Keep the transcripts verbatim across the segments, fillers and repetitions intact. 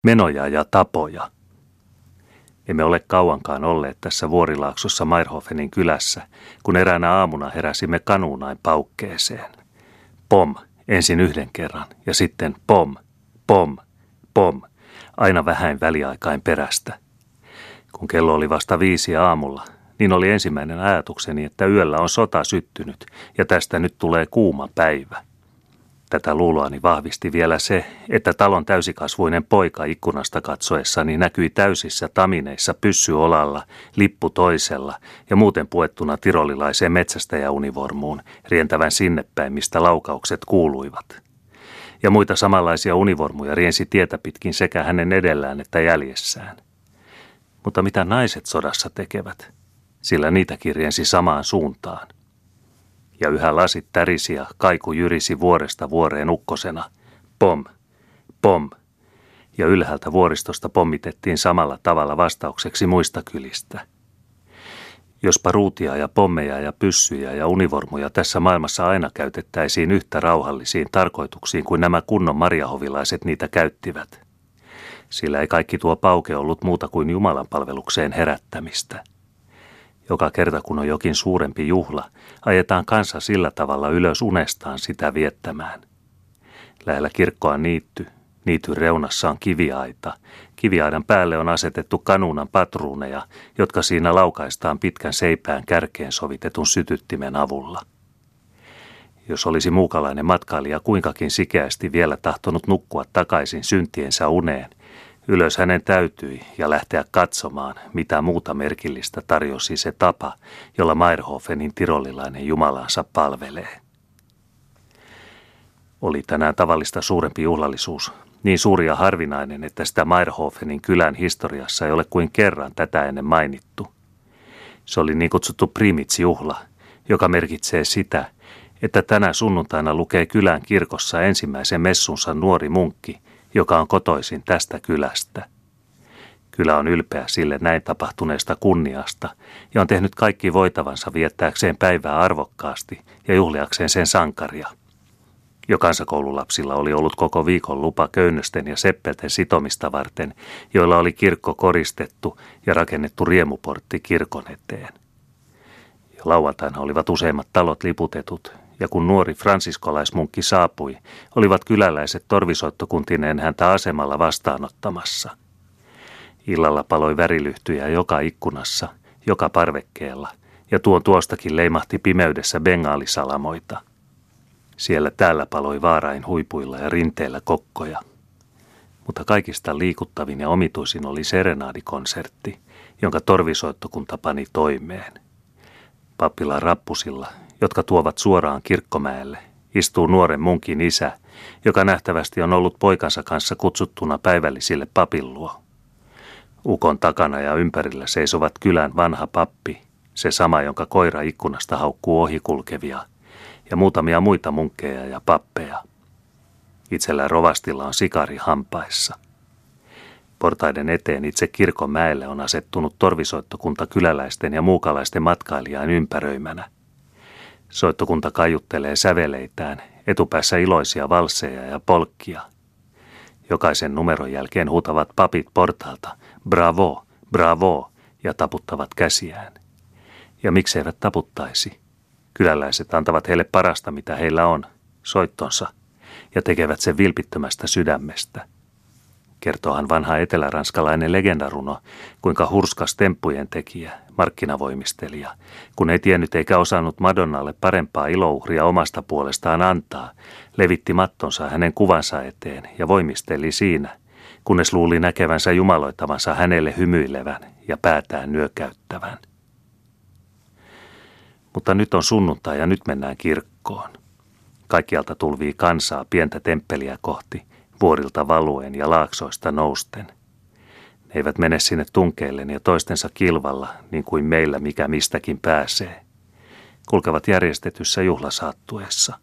Menoja ja tapoja. Emme ole kauankaan olleet tässä Vuorilaaksossa Mayrhofenin kylässä, kun eräänä aamuna heräsimme kanuunain paukkeeseen. Pom, ensin yhden kerran, ja sitten pom, pom, pom, aina vähäin väliaikain perästä. Kun kello oli vasta viisi aamulla, niin oli ensimmäinen ajatukseni, että yöllä on sota syttynyt, ja tästä nyt tulee kuuma päivä. Tätä luuloani vahvisti vielä se, että talon täysikasvuinen poika ikkunasta katsoessani näkyi täysissä tamineissa pyssyolalla, lippu toisella ja muuten puettuna tirolilaiseen metsästäjäunivormuun, rientävän sinne päin, mistä laukaukset kuuluivat. Ja muita samanlaisia univormuja riensi tietä pitkin sekä hänen edellään että jäljessään. Mutta mitä naiset sodassa tekevät? Sillä niitäkin riensi samaan suuntaan. Ja yhä lasit tärisi ja kaiku jyrisi vuoresta vuoreen ukkosena. Pom, pom. Ja ylhäältä vuoristosta pommitettiin samalla tavalla vastaukseksi muista kylistä. Jospa ruutia ja pommeja ja pyssyjä ja univormuja tässä maailmassa aina käytettäisiin yhtä rauhallisiin tarkoituksiin kuin nämä kunnon marjahovilaiset niitä käyttivät. Sillä ei kaikki tuo pauke ollut muuta kuin Jumalan palvelukseen herättämistä. Joka kerta kun on jokin suurempi juhla, ajetaan kansa sillä tavalla ylös unestaan sitä viettämään. Lähellä kirkkoa niitty, niityn reunassa on kiviaita. Kiviaidan päälle on asetettu kanuunan patruuneja, jotka siinä laukaistaan pitkän seipään kärkeen sovitetun sytyttimen avulla. Jos olisi muukalainen matkailija kuinkakin sikeästi vielä tahtonut nukkua takaisin syntiensä uneen, ylös hänen täytyi ja lähteä katsomaan, mitä muuta merkillistä tarjosi se tapa, jolla Mayrhofenin tirolilainen jumalansa palvelee. Oli tänään tavallista suurempi juhlallisuus, niin suuri ja harvinainen, että sitä Mayrhofenin kylän historiassa ei ole kuin kerran tätä ennen mainittu. Se oli niin kutsuttu primitsjuhla, joka merkitsee sitä, että tänä sunnuntaina lukee kylän kirkossa ensimmäisen messunsa nuori munkki, joka on kotoisin tästä kylästä. Kylä on ylpeä sille näin tapahtuneesta kunniasta ja on tehnyt kaikki voitavansa viettääkseen päivää arvokkaasti ja juhliakseen sen sankaria. Jo kansakoululapsilla oli ollut koko viikon lupa köynnösten ja seppelten sitomista varten, joilla oli kirkko koristettu ja rakennettu riemuportti kirkon eteen. Jo lauantaina olivat useimmat talot liputetut, ja kun nuori fransiskolaismunkki saapui, olivat kyläläiset torvisoittokuntineen häntä asemalla vastaanottamassa. Illalla paloi värilyhtyjä joka ikkunassa, joka parvekkeella, ja tuon tuostakin leimahti pimeydessä bengaalisalamoita. Siellä täällä paloi vaarain huipuilla ja rinteillä kokkoja. Mutta kaikista liikuttavin ja omituisin oli serenaadikonsertti, jonka torvisoittokunta pani toimeen. Pappilan rappusilla, jotka tuovat suoraan kirkkomäelle, istuu nuoren munkin isä, joka nähtävästi on ollut poikansa kanssa kutsuttuna päivällisille papin luo. Ukon takana ja ympärillä seisovat kylän vanha pappi, se sama, jonka koira ikkunasta haukkuu ohikulkevia, ja muutamia muita munkkeja ja pappeja. Itsellä rovastilla on sikari hampaissa. Portaiden eteen itse kirkonmäelle on asettunut torvisoittokunta kyläläisten ja muukalaisten matkailijain ympäröimänä. Soittokunta kaiuttelee säveleitään, etupäässä iloisia valsseja ja polkkia. Jokaisen numeron jälkeen huutavat papit portaalta, bravo, bravo, ja taputtavat käsiään. Ja mikseivät taputtaisi? Kyläläiset antavat heille parasta, mitä heillä on, soittonsa, ja tekevät sen vilpittömästä sydämestä. Kertoohan vanha eteläranskalainen legendaruno, kuinka hurskas temppujen tekijä, markkinavoimistelija, kun ei tiennyt eikä osannut Madonnalle parempaa ilouhria omasta puolestaan antaa, levitti mattonsa hänen kuvansa eteen ja voimisteli siinä, kunnes luuli näkevänsä jumaloittavansa hänelle hymyilevän ja päätään nyökäyttävän. Mutta nyt on sunnuntai ja nyt mennään kirkkoon. Kaikkialta tulvii kansaa pientä temppeliä kohti, vuorilta valuen ja laaksoista nousten. Ne eivät mene sinne tunkeillen ja toistensa kilvalla, niin kuin meillä mikä mistäkin pääsee. Kulkevat järjestetyssä juhlasaattuessa.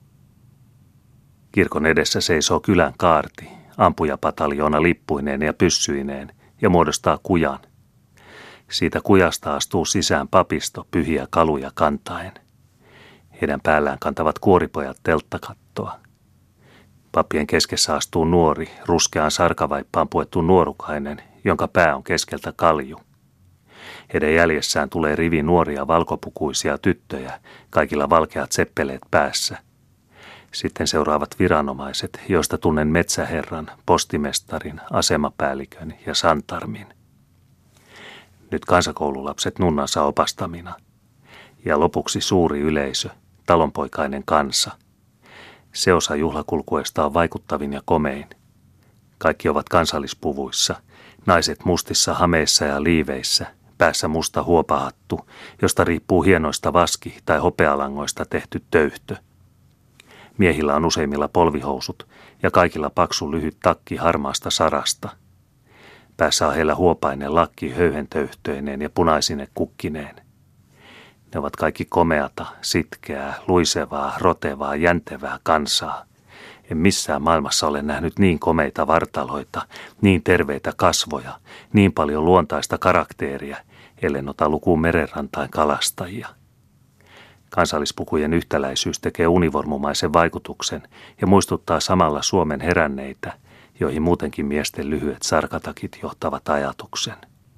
Kirkon edessä seisoo kylän kaarti, ampujapataljoona lippuineen ja pyssyineen, ja muodostaa kujan. Siitä kujasta astuu sisään papisto pyhiä kaluja kantaen. Heidän päällään kantavat kuoripojat telttakattoa. Pappien keskessä astuu nuori, ruskeaan sarkavaippaan puettu nuorukainen, jonka pää on keskeltä kalju. Heidän jäljessään tulee rivi nuoria valkopukuisia tyttöjä, kaikilla valkeat seppeleet päässä. Sitten seuraavat viranomaiset, joista tunnen metsäherran, postimestarin, asemapäällikön ja santarmin. Nyt kansakoululapset nunnansa opastamina. Ja lopuksi suuri yleisö, talonpoikainen kansa. Se osa juhlakulkueesta on vaikuttavin ja komein. Kaikki ovat kansallispuvuissa, naiset mustissa hameissa ja liiveissä, päässä musta huopahattu, josta riippuu hienoista vaski- tai hopealangoista tehty töyhtö. Miehillä on useimmilla polvihousut ja kaikilla paksu lyhyt takki harmaasta sarasta. Päässä on heillä huopainen lakki höyhentöyhtöineen ja punaisine kukkineen. Ne ovat kaikki komeata, sitkeää, luisevaa, rotevaa, jäntevää kansaa. En missään maailmassa ole nähnyt niin komeita vartaloita, niin terveitä kasvoja, niin paljon luontaista karakteeria, ellen ota lukuun merenrantain kalastajia. Kansallispukujen yhtäläisyys tekee univormumaisen vaikutuksen ja muistuttaa samalla Suomen heränneitä, joihin muutenkin miesten lyhyet sarkatakit johtavat ajatuksen.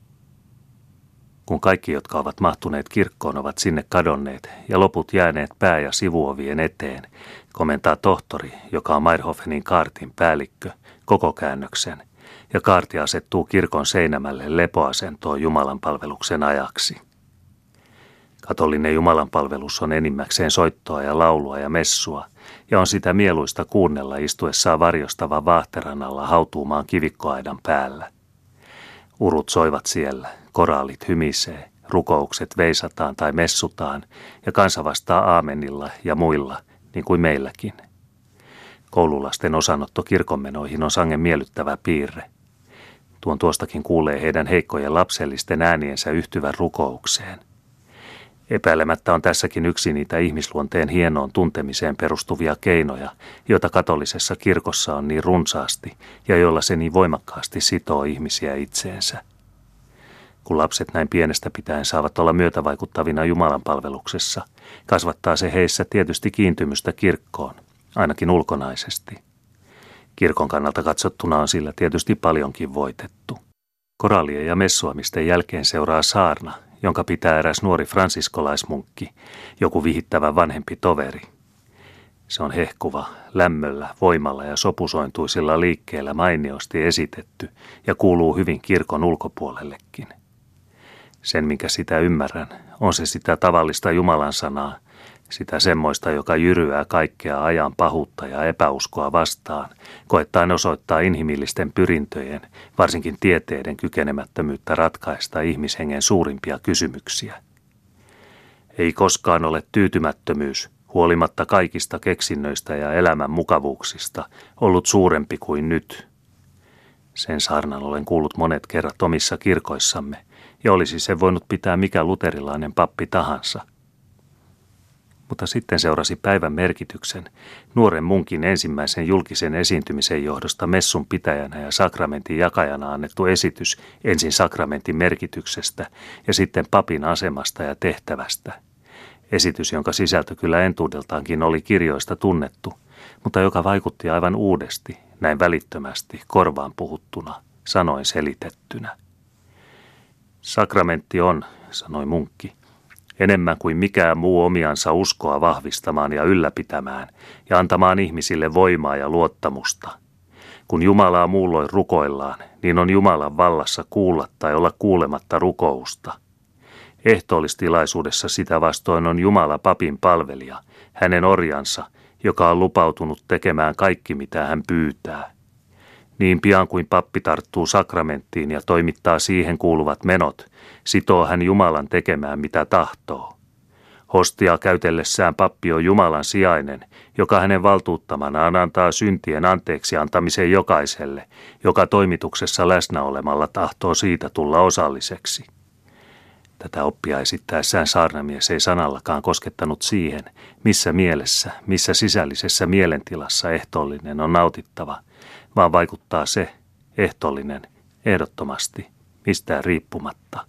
Kun kaikki, jotka ovat mahtuneet kirkkoon, ovat sinne kadonneet ja loput jääneet pää- ja sivuovien eteen, komentaa tohtori, joka on Mayrhoffenin kaartin päällikkö, koko käännöksen, ja kaarti asettuu kirkon seinämälle lepoasentoon Jumalanpalveluksen ajaksi. Katolinen Jumalanpalvelus on enimmäkseen soittoa ja laulua ja messua, ja on sitä mieluista kuunnella istuessaan varjostavan vaahteran alla hautuumaan kivikkoaidan päällä. Urut soivat siellä, koraalit hymisee, rukoukset veisataan tai messutaan, ja kansa vastaa aamenilla ja muilla, niin kuin meilläkin. Koululasten osanotto kirkonmenoihin on sangen miellyttävä piirre. Tuon tuostakin kuulee heidän heikkojen lapsellisten ääniensä yhtyvän rukoukseen. Epäilemättä on tässäkin yksi niitä ihmisluonteen hienoon tuntemiseen perustuvia keinoja, joita katolisessa kirkossa on niin runsaasti ja joilla se niin voimakkaasti sitoo ihmisiä itseensä. Kun lapset näin pienestä pitäen saavat olla myötävaikuttavina Jumalan palveluksessa, kasvattaa se heissä tietysti kiintymystä kirkkoon, ainakin ulkonaisesti. Kirkon kannalta katsottuna on sillä tietysti paljonkin voitettu. Koraalien ja messuamisten jälkeen seuraa saarna, jonka pitää eräs nuori fransiskolaismunkki, joku vihittävä vanhempi toveri. Se on hehkuva, lämmöllä, voimalla ja sopusointuisilla liikkeellä mainiosti esitetty ja kuuluu hyvin kirkon ulkopuolellekin. Sen, minkä sitä ymmärrän, on se sitä tavallista Jumalan sanaa, sitä semmoista, joka jyryää kaikkea ajan pahuutta ja epäuskoa vastaan, koettaen osoittaa inhimillisten pyrintöjen, varsinkin tieteiden kykenemättömyyttä ratkaista ihmishengen suurimpia kysymyksiä. Ei koskaan ole tyytymättömyys, huolimatta kaikista keksinnöistä ja elämän mukavuuksista, ollut suurempi kuin nyt. Sen saarnan olen kuullut monet kerrat omissa kirkoissamme, ja olisi se voinut pitää mikä luterilainen pappi tahansa. Mutta sitten seurasi päivän merkityksen, nuoren munkin ensimmäisen julkisen esiintymisen johdosta messun pitäjänä ja sakramentin jakajana annettu esitys ensin sakramentin merkityksestä ja sitten papin asemasta ja tehtävästä. Esitys, jonka sisältö kyllä entuudeltaankin oli kirjoista tunnettu, mutta joka vaikutti aivan uudesti, näin välittömästi, korvaan puhuttuna, sanoin selitettynä. Sakramentti on, sanoi munkki, enemmän kuin mikään muu omiansa uskoa vahvistamaan ja ylläpitämään ja antamaan ihmisille voimaa ja luottamusta. Kun Jumalaa muulloin rukoillaan, niin on Jumalan vallassa kuulla tai olla kuulematta rukousta. Ehtoollistilaisuudessa sitä vastoin on Jumala papin palvelija, hänen orjansa, joka on lupautunut tekemään kaikki mitä hän pyytää. Niin pian kuin pappi tarttuu sakramenttiin ja toimittaa siihen kuuluvat menot, sitoo hän Jumalan tekemään mitä tahtoo. Hostia käytellessään pappi on Jumalan sijainen, joka hänen valtuuttamanaan antaa syntien anteeksi antamisen jokaiselle, joka toimituksessa läsnä olemalla tahtoo siitä tulla osalliseksi. Tätä oppia esittäessään saarnamies ei sanallakaan koskettanut siihen, missä mielessä, missä sisällisessä mielentilassa ehtoollinen on nautittava, vaan vaikuttaa se, ehtoollinen, ehdottomasti, mistään riippumatta.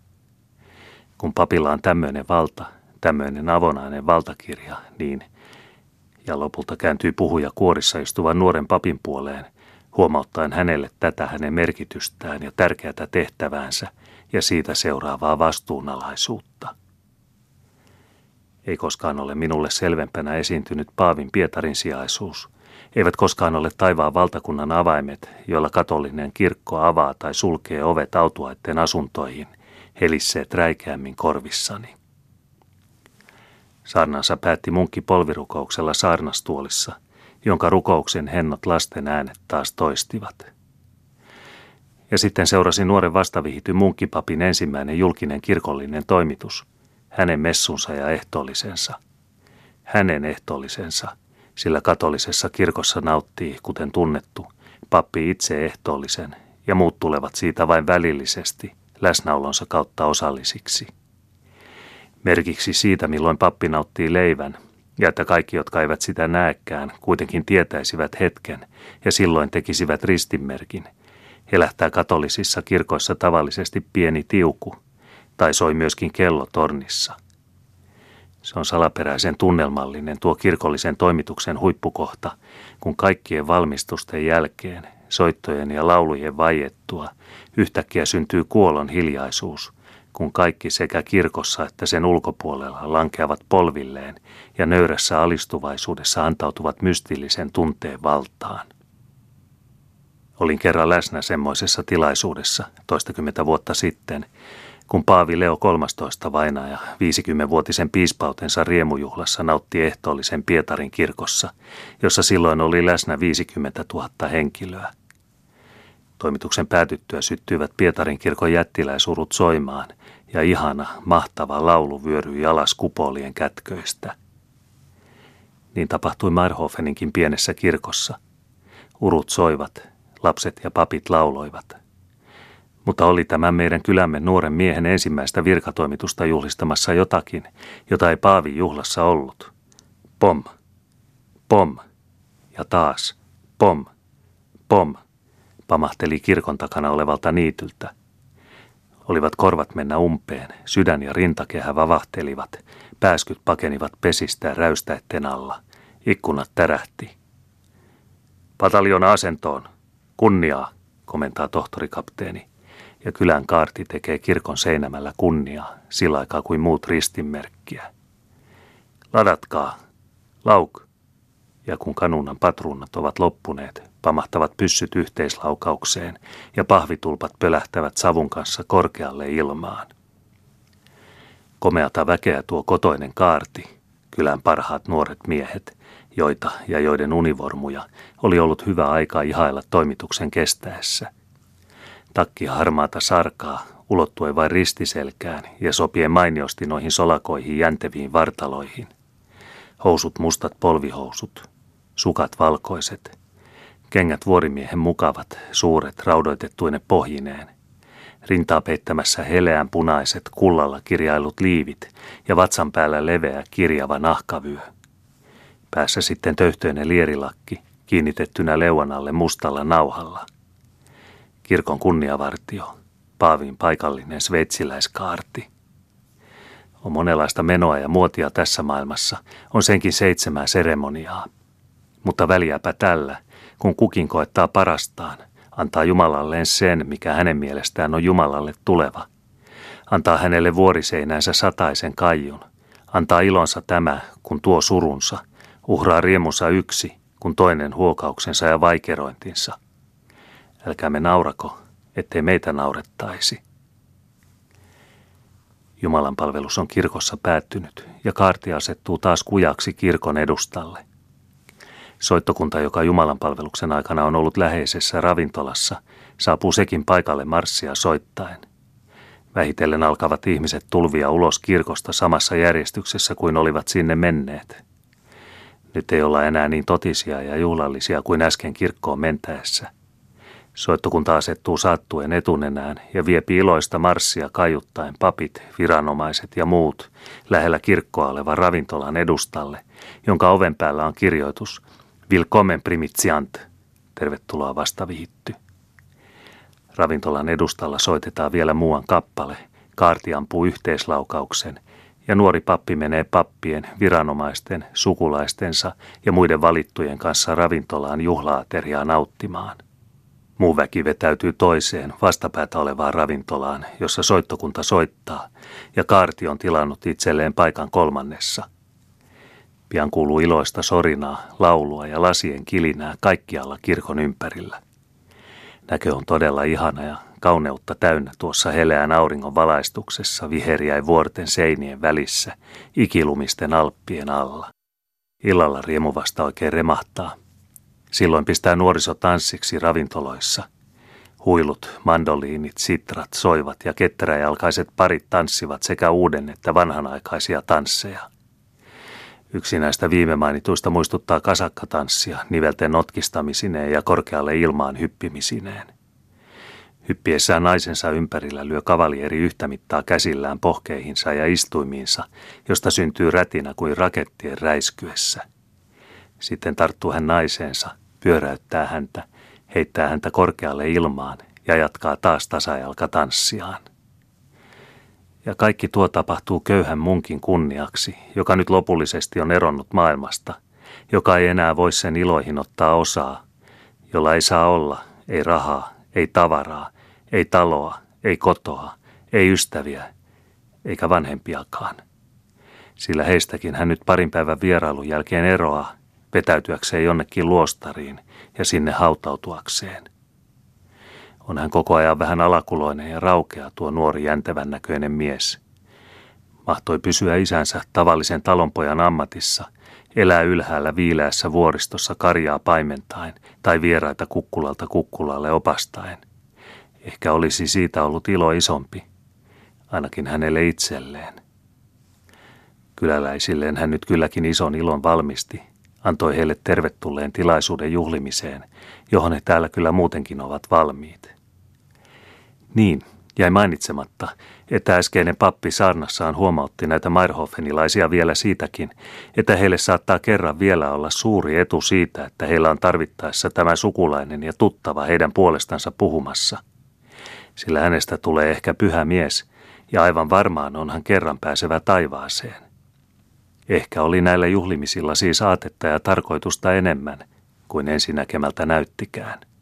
Kun papilla on tämmöinen valta, tämmöinen avonainen valtakirja, niin Ja lopulta kääntyi puhuja kuorissa istuvan nuoren papin puoleen, huomauttaen hänelle tätä hänen merkitystään ja tärkeätä tehtäväänsä ja siitä seuraavaa vastuunalaisuutta. Ei koskaan ole minulle selvempänä esiintynyt paavin Pietarin sijaisuus. Eivät koskaan ole taivaan valtakunnan avaimet, joilla katolinen kirkko avaa tai sulkee ovet autuaitten asuntoihin, helisseet räikeämmin korvissani. Saarnansa päätti munkki polvirukouksella saarnastuolissa, jonka rukouksen hennot lasten äänet taas toistivat. Ja sitten seurasi nuoren vastavihity munkkipapin ensimmäinen julkinen kirkollinen toimitus, hänen messunsa ja ehtoollisensa. Hänen ehtoollisensa, sillä katolisessa kirkossa nauttii, kuten tunnettu, pappi itse ehtoollisen ja muut tulevat siitä vain välillisesti läsnäolonsa kautta osallisiksi. Merkiksi siitä, milloin pappi nauttii leivän, ja että kaikki, jotka eivät sitä näekään, kuitenkin tietäisivät hetken ja silloin tekisivät ristinmerkin, helähtää katolisissa kirkoissa tavallisesti pieni tiuku, tai soi myöskin kello tornissa. Se on salaperäisen tunnelmallinen tuo kirkollisen toimituksen huippukohta, kun kaikkien valmistusten jälkeen, soittojen ja laulujen vaiettua, yhtäkkiä syntyy kuolon hiljaisuus, kun kaikki sekä kirkossa että sen ulkopuolella lankeavat polvilleen ja nöyrässä alistuvaisuudessa antautuvat mystillisen tunteen valtaan. Olin kerran läsnä semmoisessa tilaisuudessa toistakymmentä vuotta sitten, kun Paavi Leo kolmastoista vainaja viisikymmenvuotisen piispautensa riemujuhlassa nautti ehtoollisen Pietarin kirkossa, jossa silloin oli läsnä viisikymmentätuhatta henkilöä. Toimituksen päätyttyä syttyivät Pietarin kirkon jättiläisurut soimaan, ja ihana, mahtava laulu vyöryi alas kupolien kätköistä. Niin tapahtui Mayrhofeninkin pienessä kirkossa. Urut soivat, lapset ja papit lauloivat. Mutta oli tämän meidän kylämme nuoren miehen ensimmäistä virkatoimitusta juhlistamassa jotakin, jota ei Paavi juhlassa ollut. Pom, pom, ja taas pom, pom, pamahteli kirkon takana olevalta niityltä. Olivat korvat mennä umpeen, sydän ja rintakehä vavahtelivat, pääskyt pakenivat pesistä räystäitten alla, ikkunat tärähti. Pataljona asentoon, kunniaa, komentaa tohtorikapteeni, ja kylän kaarti tekee kirkon seinämällä kunniaa, sillä aikaa kuin muut ristinmerkkiä. Ladatkaa, lauk, ja kun kanuunan patruunat ovat loppuneet, pamahtavat pyssyt yhteislaukaukseen ja pahvitulpat pölähtävät savun kanssa korkealle ilmaan. Komeata väkeä tuo kotoinen kaarti, kylän parhaat nuoret miehet, joita ja joiden univormuja oli ollut hyvä aika ihailla toimituksen kestäessä. Takki harmaata sarkaa, ulottuen vain ristiselkään ja sopien mainiosti noihin solakoihin jänteviin vartaloihin. Housut mustat polvihousut, sukat valkoiset, kengät vuorimiehen mukavat, suuret raudoitettuine pohjineen, rintaa peittämässä heleän punaiset kullalla kirjailut liivit ja vatsan päällä leveä kirjava nahkavyö. Päässä sitten töyhtöinen lierilakki, kiinnitettynä leuan alle mustalla nauhalla. Kirkon kunniavartio, Paavin paikallinen sveitsiläiskaarti. On monenlaista menoa ja muotia tässä maailmassa, on senkin seitsemää seremoniaa. Mutta väliäpä tällä, kun kukin koettaa parastaan, antaa Jumalalleen sen, mikä hänen mielestään on Jumalalle tuleva. Antaa hänelle vuoriseinänsä sataisen kaijun. Antaa ilonsa tämä, kun tuo surunsa. Uhraa riemunsa yksi, kun toinen huokauksensa ja vaikerointinsa. Älkäämme naurako, ettei meitä naurettaisi. Jumalan palvelus on kirkossa päättynyt ja kaarti asettuu taas kujaksi kirkon edustalle. Soittokunta, joka Jumalan palveluksen aikana on ollut läheisessä ravintolassa, saapuu sekin paikalle marssia soittaen. Vähitellen alkavat ihmiset tulvia ulos kirkosta samassa järjestyksessä kuin olivat sinne menneet. Nyt ei olla enää niin totisia ja juhlallisia kuin äsken kirkkoon mentäessä. Soittokunta asettuu saattuen etunenään ja viepi iloista marssia kaiuttaen papit, viranomaiset ja muut lähellä kirkkoa olevan ravintolan edustalle, jonka oven päällä on kirjoitus Willkommen primiziant, tervetuloa vastavihitty. Ravintolan edustalla soitetaan vielä muuan kappale, kaarti ampuu yhteislaukauksen ja nuori pappi menee pappien, viranomaisten, sukulaistensa ja muiden valittujen kanssa ravintolaan juhlaateriaa nauttimaan. Muu väki vetäytyy toiseen, vastapäätä olevaan ravintolaan, jossa soittokunta soittaa, ja kaarti on tilannut itselleen paikan kolmannessa. Pian kuuluu iloista sorinaa, laulua ja lasien kilinää kaikkialla kirkon ympärillä. Näkö on todella ihana ja kauneutta täynnä tuossa heleän auringon valaistuksessa viheriäin vuorten seinien välissä, ikilumisten alppien alla. Illalla riemuvasta oikein remahtaa. Silloin pistää nuoriso tanssiksi ravintoloissa. Huilut, mandoliinit, sitrat, soivat ja ketteräjalkaiset parit tanssivat sekä uuden että vanhanaikaisia tansseja. Yksi näistä viime mainituista muistuttaa kasakkatanssia nivelten notkistamisineen ja korkealle ilmaan hyppimisineen. Hyppiessään naisensa ympärillä lyö kavalieri yhtä mittaa käsillään pohkeihinsa ja istuimiinsa, josta syntyy rätinä kuin rakettien räiskyessä. Sitten tarttuu hän naiseensa, pyöräyttää häntä, heittää häntä korkealle ilmaan ja jatkaa taas tasajalkatanssiaan. Ja kaikki tuo tapahtuu köyhän munkin kunniaksi, joka nyt lopullisesti on eronnut maailmasta, joka ei enää voi sen iloihin ottaa osaa, jolla ei saa olla, ei rahaa, ei tavaraa, ei taloa, ei kotoa, ei ystäviä, eikä vanhempiakaan. Sillä heistäkin hän nyt parin päivän vierailun jälkeen eroaa, vetäytyäkseen jonnekin luostariin ja sinne hautautuakseen. On hän koko ajan vähän alakuloinen ja raukea tuo nuori jäntevän näköinen mies. Mahtoi pysyä isänsä tavallisen talonpojan ammatissa, elää ylhäällä viileässä vuoristossa karjaa paimentain tai vieraita kukkulalta kukkulalle opastaen. Ehkä olisi siitä ollut ilo isompi, ainakin hänelle itselleen. Kyläläisilleen hän nyt kylläkin ison ilon valmisti, antoi heille tervetulleen tilaisuuden juhlimiseen, johon he täällä kyllä muutenkin ovat valmiit. Niin, jäi mainitsematta, että äskeinen pappi saarnassaan huomautti näitä mairhofenilaisia vielä siitäkin, että heille saattaa kerran vielä olla suuri etu siitä, että heillä on tarvittaessa tämä sukulainen ja tuttava heidän puolestansa puhumassa. Sillä hänestä tulee ehkä pyhä mies, ja aivan varmaan onhan kerran pääsevä taivaaseen. Ehkä oli näillä juhlimisilla siis aatetta ja tarkoitusta enemmän kuin ensinäkemältä näyttikään.